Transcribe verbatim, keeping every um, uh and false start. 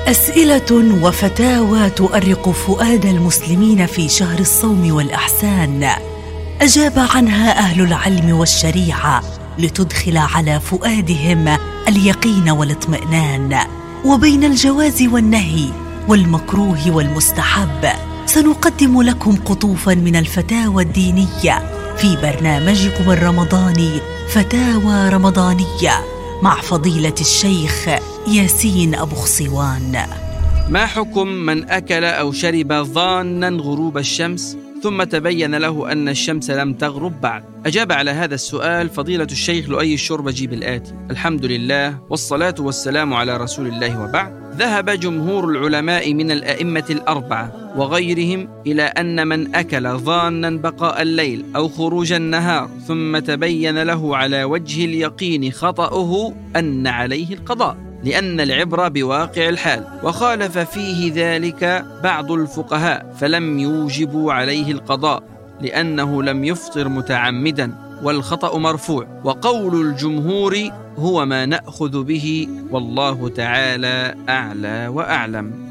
أسئلة وفتاوى تؤرق فؤاد المسلمين في شهر الصوم والإحسان، أجاب عنها أهل العلم والشريعة لتدخل على فؤادهم اليقين والاطمئنان. وبين الجواز والنهي والمكروه والمستحب سنقدم لكم قطوفاً من الفتاوى الدينية في برنامجكم الرمضاني فتاوى رمضانية مع فضيلة الشيخ ياسين أبو خصوان. ما حكم من أكل أو شرب ظانا غروب الشمس ثم تبين له أن الشمس لم تغرب بعد؟ أجاب على هذا السؤال فضيلة الشيخ لؤي الشربجي بالآتي: الحمد لله والصلاة والسلام على رسول الله، وبعد. ذهب جمهور العلماء من الأئمة الأربعة وغيرهم إلى أن من أكل ظانا بقاء الليل أو خروج النهار ثم تبين له على وجه اليقين خطأه أن عليه القضاء، لأن العبرة بواقع الحال. وخالف فيه ذلك بعض الفقهاء فلم يوجبوا عليه القضاء لأنه لم يفطر متعمدا والخطأ مرفوع. وقول الجمهور هو ما نأخذ به، والله تعالى أعلى وأعلم.